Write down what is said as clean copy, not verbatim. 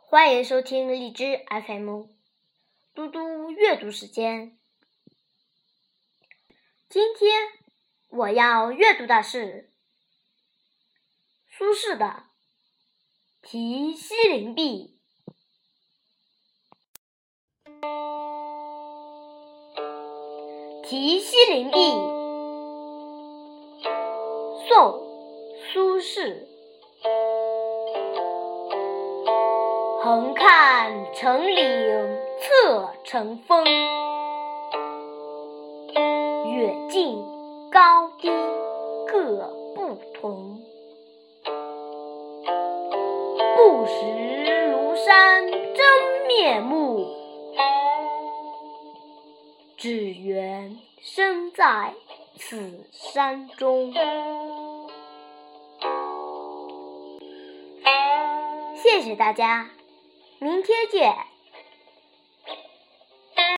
欢迎收听荔枝 FM 嘟嘟阅读时间。今天我要阅读的是苏轼的《题西林壁》。题西林壁，宋·苏轼。横看成岭侧成峰，远近高低各不同。不识庐山真面目，只缘身在此山中。谢谢大家，明天见。